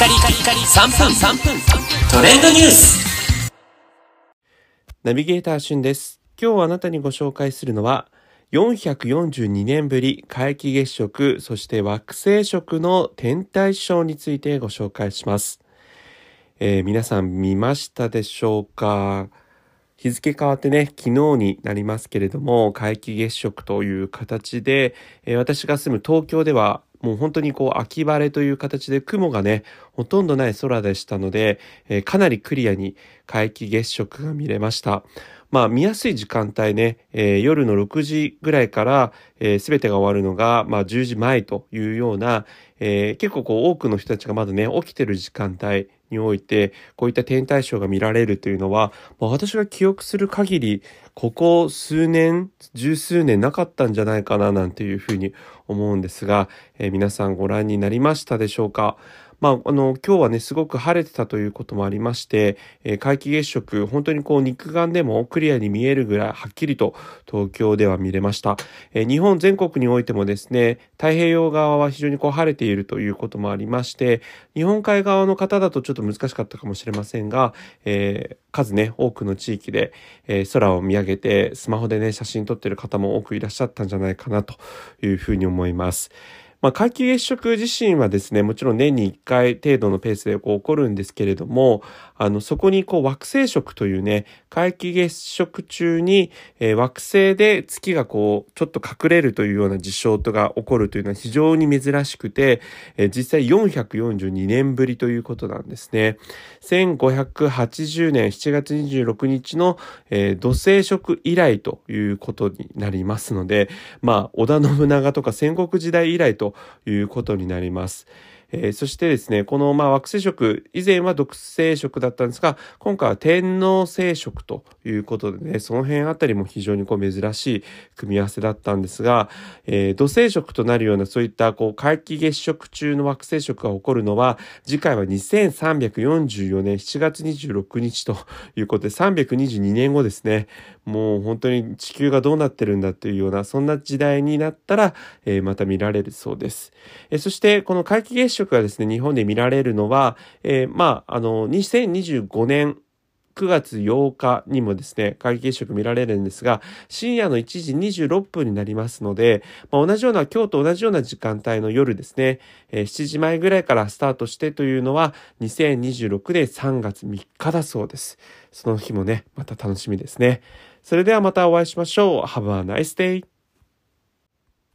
カリカリカリ3分トレンドニュース。 ナビゲーターしゅんです。今日あなたにご紹介するのは442年ぶり皆既月食、そして惑星食の天体ショーについてご紹介します。皆さん見ましたでしょうか？日付変わってね、昨日になりますけれども、皆既月食という形で、私が住む東京ではもう本当に秋晴れという形で雲がね、ほとんどない空でしたので、かなりクリアに皆既月食が見れました。見やすい時間帯ね、夜の6時ぐらいから、全てが終わるのが、10時前というような、結構多くの人たちがまだね、起きてる時間帯において、こういった天体ショーが見られるというのは、私が記憶する限り、ここ数年、十数年なかったんじゃないかななんていうふうに思うんですが、皆さんご覧になりましたでしょうか？今日はね、すごく晴れてたということもありまして、皆既月食、本当に肉眼でもクリアに見えるぐらいはっきりと東京では見れました。日本全国においてもですね、太平洋側は非常に晴れているということもありまして、日本海側の方だとちょっと難しかったかもしれませんが、数ね、多くの地域で、空を見上げてスマホでね、写真撮ってる方も多くいらっしゃったんじゃないかなというふうに思います。皆既月食自身はですね、もちろん年に1回程度のペースで起こるんですけれども、そこに惑星食というね、皆既月食中に、惑星で月がちょっと隠れるというような事象が起こるというのは非常に珍しくて、実際442年ぶりということなんですね。1580年7月26日の、土星食以来ということになりますので、織田信長とか戦国時代以来ということになります。そしてですね、この惑星食、以前は土星食だったんですが、今回は天王星食ということでね、その辺あたりも非常に珍しい組み合わせだったんですが、土星食となるようなそういった皆既月食中の惑星食が起こるのは、次回は2344年7月26日ということで、322年後ですね。もう本当に地球がどうなってるんだというような、そんな時代になったら、また見られるそうです。そしてこの皆既月食がですね、日本で見られるのは、2025年9月8日にもですね、皆既月食見られるんですが、深夜の1時26分になりますので、今日と同じような時間帯の夜ですね、7時前ぐらいからスタートしてというのは、2026年3月3日だそうです。その日もね、また楽しみですね。それではまたお会いしましょう。Have a nice day!